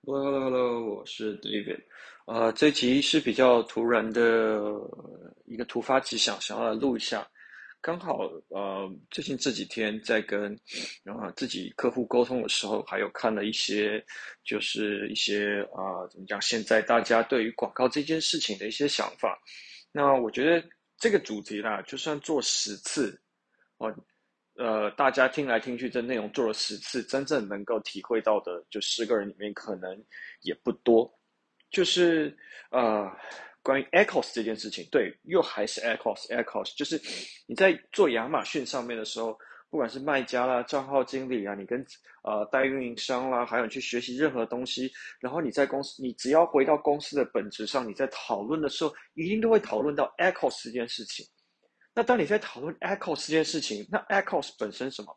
Hello，我是 David。这集是比较突然的一个突发奇想，想要来录一下。刚好最近这几天在跟自己客户沟通的时候，还有看了一些，就是一些怎么讲，现在大家对于广告这件事情的一些想法。那我觉得这个主题啦，就算做10次，哦，大家听来听去，这内容做了10次，真正能够体会到的，就10个人里面可能也不多。就是呃，关于 Echoes 这件事情，对，又还是 Echoes，就是你在做亚马逊上面的时候，不管是卖家啦、账号经理啊，你跟代运营商啦，还有你去学习任何东西，然后你在公司，你只要回到公司的本质上，你在讨论的时候，一定都会讨论到 Echoes 这件事情。那当你在讨论 Echoes 这件事情，那 Echoes 本身什么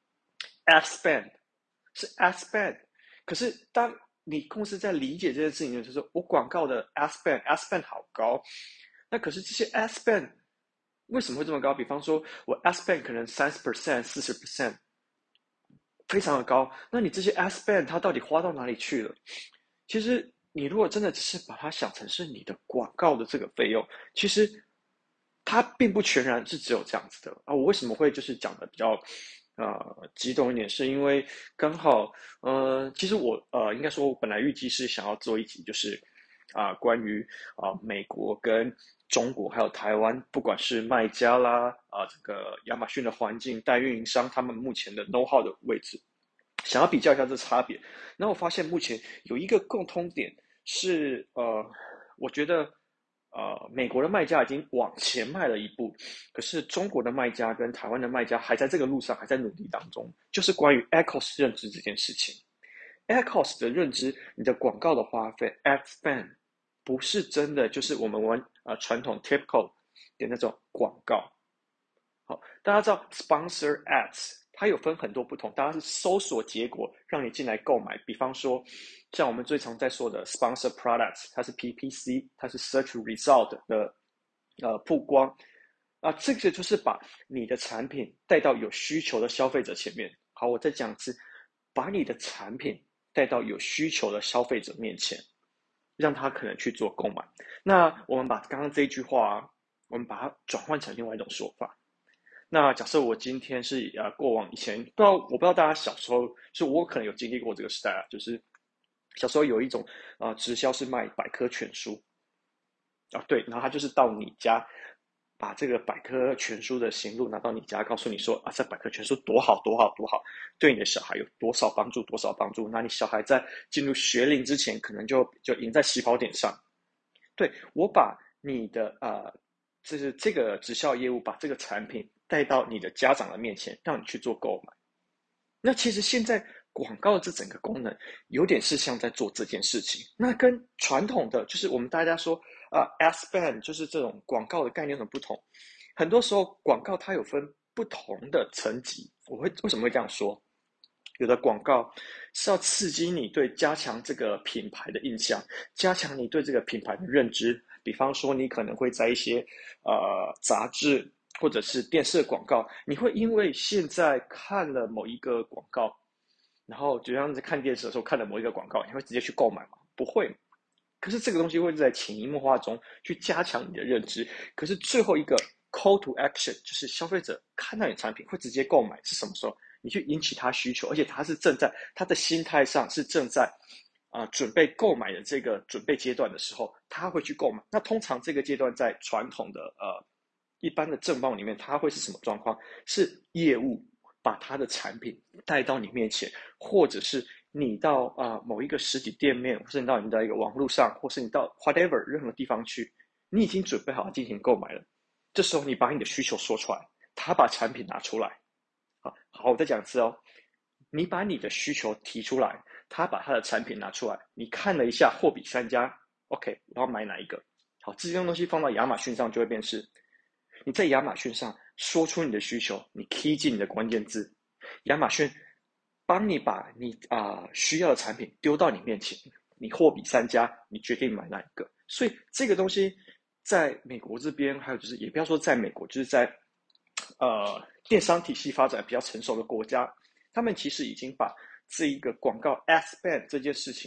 ？Ad spend 是 ad spend，可是当你公司在理解这件事情，就是我广告的 ad spend 好高，那可是这些 ad spend 为什么会这么高？比方说我 ad spend 可能30%、40%，非常的高，那你这些 ad spend 它到底花到哪里去了？其实你如果真的只是把它想成是你的广告的这个费用，其实它并不全然是只有这样子的啊。我为什么会就是讲的比较激动一点，是因为刚好其实我应该说，我本来预计是想要做一集，就是关于美国跟中国还有台湾，不管是卖家啦这个亚马逊的环境、代运营商他们目前的 know how 的位置，想要比较一下这差别。然后我发现目前有一个共通点是，我觉得，美国的卖家已经往前迈了一步，可是中国的卖家跟台湾的卖家还在这个路上，还在努力当中，就是关于 Echoes 认知这件事情。Echoes 的认知，你的广告的花费 ad spend 不是真的就是我们玩传统 typical 的那种广告，好，大家知道 sponsor ads，它有分很多不同，大家是搜索结果让你进来购买。比方说，像我们最常在说的 sponsor products，它是 PPC，它是 search result 的曝光这个就是把你的产品带到有需求的消费者前面。好，我再讲一次，把你的产品带到有需求的消费者面前，让他可能去做购买。那我们把刚刚这一句话，我们把它转换成另外一种说法。那假设我今天是过往以前我不知道大家小时候，是我可能有经历过这个时代啊，就是小时候有一种直销是卖百科全书对，然后他就是到你家把这个百科全书的行录拿到你家，告诉你说这百科全书多好多好多好，对你的小孩有多少帮助多少帮助。那你小孩在进入学龄之前，可能就赢在起跑点上。对，我把你的就是这个直销业务，把这个产品带到你的家长的面前，让你去做购买。那其实现在广告这整个功能，有点是像在做这件事情。那跟传统的就是我们大家说ad spend 就是这种广告的概念很不同。很多时候广告它有分不同的层级。为什么会这样说？有的广告是要刺激你对加强这个品牌的印象，加强你对这个品牌的认知。比方说，你可能会在一些杂志或者是电视广告，你会因为现在看了某一个广告，然后就像在看电视的时候看了某一个广告，你会直接去购买吗？不会。可是这个东西会在潜移默化中去加强你的认知。可是最后一个 call to action 就是消费者看到你产品会直接购买是什么时候？你去引起他需求，而且他是正在他的心态上是正在准备购买的这个准备阶段的时候，他会去购买。那通常这个阶段在传统的一般的正报里面，它会是什么状况？是业务把他的产品带到你面前，或者是你到某一个实体店面，或是你到你的一个网络上，或是你到 whatever 任何地方去，你已经准备好进行购买了。这时候你把你的需求说出来，他把产品拿出来。好，我再讲一次哦。你把你的需求提出来，他把他的产品拿出来，你看了一下货比三家，OK，我要买哪一个？好，这些东西放到亚马逊上就会变是，你在亚马逊上说出你的需求，你 key 进你的关键字，亚马逊帮你把你需要的产品丢到你面前，你货比三家，你决定买哪一个。所以这个东西在美国这边，还有就是也不要说在美国，就是在电商体系发展比较成熟的国家，他们其实已经把这一个广告 ad spend 这件事情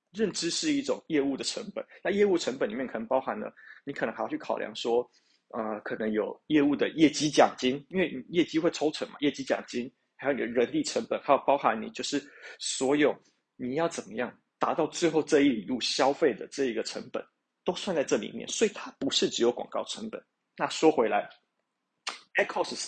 认知是一种业务的成本，那业务成本里面可能包含了你可能还要去考量说，可能有业务的业绩奖金，因为业绩会抽成嘛，业绩奖金，还有你的人力成本，还有包含你就是所有你要怎么样达到最后这一里路消费的这一个成本，都算在这里面，所以它不是只有广告成本。那说回来，Echo 是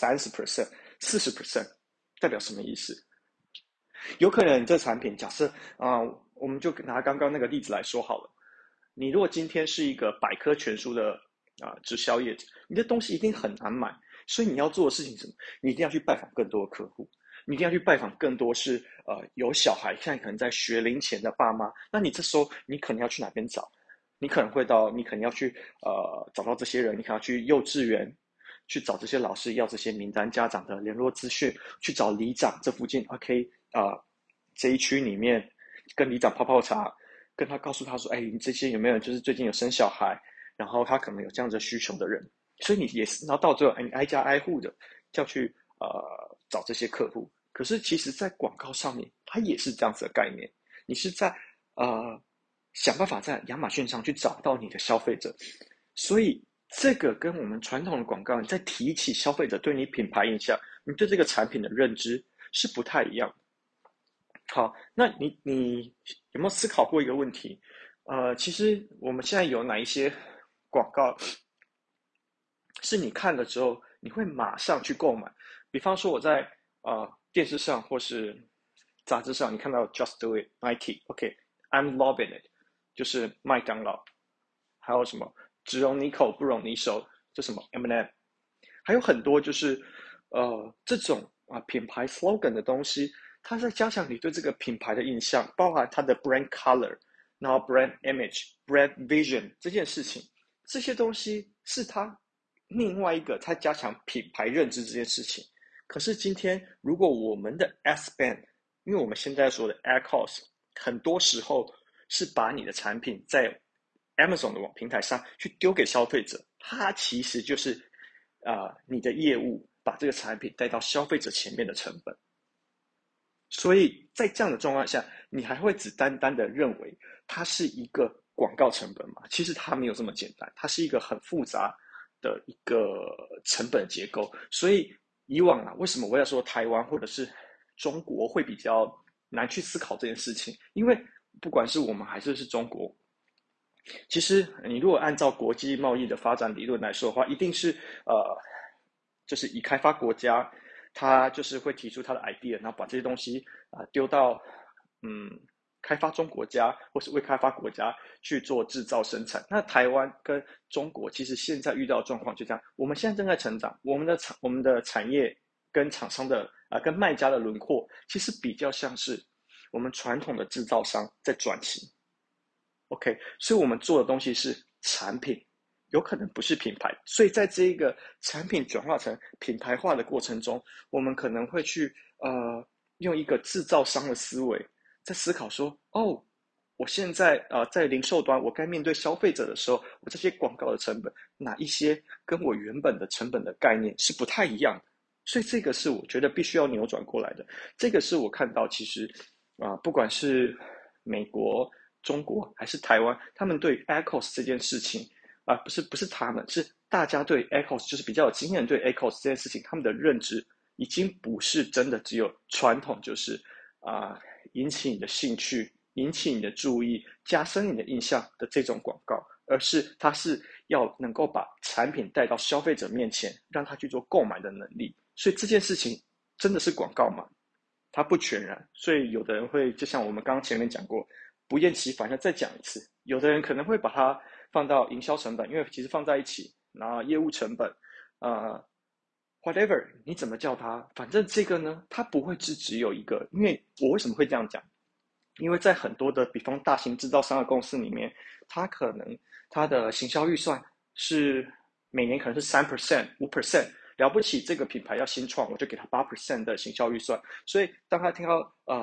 30%、40%，代表什么意思？有可能你这产品，假设我们就拿刚刚那个例子来说好了。你如果今天是一个百科全书的直销业者，你的东西一定很难买，所以你要做的事情是什么？你一定要去拜访更多的客户，你一定要去拜访更多是有小孩现在可能在学龄前的爸妈。那你这时候你可能要去哪边找？你可能要去找到这些人，你可能要去幼稚园，去找这些老师要这些名单、家长的联络资讯，去找里长这附近OK 这一区里面跟里长泡泡茶，跟他告诉他说，哎，你这些有没有就是最近有生小孩，然后他可能有这样子需求的人，所以你也是，然后到最后你挨家挨户的就要去找这些客户。可是其实，在广告上面，它也是这样子的概念，你是在呃想办法在亚马逊上去找到你的消费者，所以这个跟我们传统的广告，你在提起消费者对你品牌印象，你对这个产品的认知是不太一样的。好，那你有没有思考过一个问题？其实我们现在有哪一些广告是你看了之后你会马上去购买？比方说我在电视上或是杂志上，你看到 Just Do It Nike，OK，I'm loving it，就是麦当劳，还有什么只容你口不容你手，这什么 M&M，还有很多就是这种品牌 slogan 的东西，它在加强你对这个品牌的印象，包含它的 brand color，然后 brand image、brand vision 这件事情，这些东西是它另外一个它加强品牌认知这件事情。可是今天如果我们的 S band，因为我们现在说的 ad cost，很多时候是把你的产品在 Amazon 的网平台上去丢给消费者，它其实就是你的业务把这个产品带到消费者前面的成本。所以在这样的状况下，你还会只单单的认为它是一个广告成本吗？其实它没有这么简单，它是一个很复杂的一个成本结构。所以以往为什么我要说台湾或者是中国会比较难去思考这件事情？因为不管是我们还是中国，其实你如果按照国际贸易的发展理论来说的话，一定是就是已开发国家，他就是会提出他的 idea，然后把这些东西丢到嗯开发中国家或是未开发国家去做制造生产。那台湾跟中国其实现在遇到的状况就这样，我们现在正在成长，我们的产业跟厂商的跟卖家的轮廓，其实比较像是我们传统的制造商在转型。OK，所以我们做的东西是产品，有可能不是品牌。所以在这一个产品转化成品牌化的过程中，我们可能会去用一个制造商的思维，在思考说，哦，我现在在零售端，我该面对消费者的时候，我这些广告的成本哪一些跟我原本的成本的概念是不太一样的。所以这个是我觉得必须要扭转过来的。这个是我看到其实不管是美国、中国还是台湾，他们对 ACOS 这件事情不是他们，是大家对 ACOS 就是比较有经验对 ACOS 这件事情，他们的认知已经不是真的只有传统，就是引起你的兴趣、引起你的注意、加深你的印象的这种广告，而是它是要能够把产品带到消费者面前，让他去做购买的能力。所以这件事情真的是广告吗？它不全然，所以有的人会就像我们刚刚前面讲过，不厌其烦的再讲一次。有的人可能会把它放到营销成本，因为其实放在一起，然后业务成本，呃，whatever 你怎么叫它，反正这个呢，它不会只有一个。因为我为什么会这样讲？因为在很多的，比方大型制造商的公司里面，它可能它的行销预算是每年可能是3%、5%，了不起这个品牌要新创，我就给他8%的行销预算。所以当他听到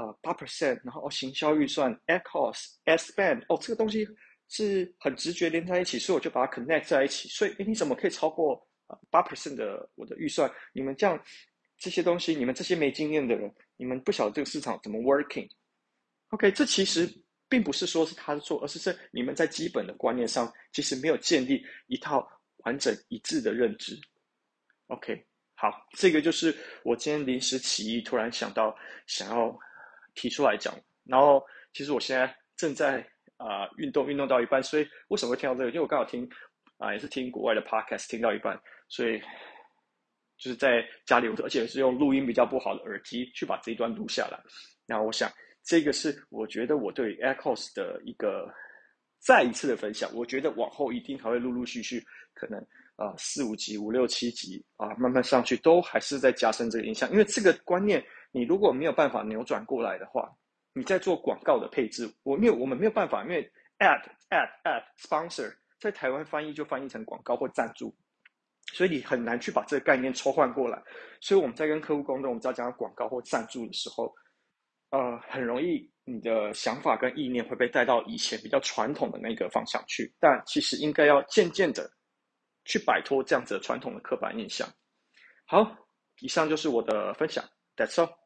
8%，然后行销预算 ad cost ad spend 这个东西是很直觉连在一起，所以我就把它 connect 在一起。所以你怎么可以超过8%的我的预算？你们这样这些东西，你们这些没经验的人，你们不晓得这个市场怎么 working。OK，这其实并不是说是他的错，而是你们在基本的观念上其实没有建立一套完整一致的认知。OK，好，这个就是我今天临时起意，突然想到想要提出来讲。然后，其实我现在正在运动，运动到一半，所以为什么会听到这个？因为我刚好听也是听国外的 podcast，听到一半，所以就是在家里，而且是用录音比较不好的耳机去把这一段录下来。那我想，这个是我觉得我对 AirCost 的一个再一次的分享。我觉得往后一定还会陆陆续续，可能4、5集、5、6、7集慢慢上去，都还是在加深这个影响。因为这个观念，你如果没有办法扭转过来的话，你在做广告的配置，我们没有办法，因为 ad sponsor 在台湾翻译就翻译成广告或赞助，所以你很难去把这个概念抽换过来。所以我们在跟客户沟通，我们在讲广告或赞助的时候，很容易你的想法跟意念会被带到以前比较传统的那个方向去，但其实应该要渐渐的去摆脱这样子的传统的刻板印象。好，以上就是我的分享。That's all。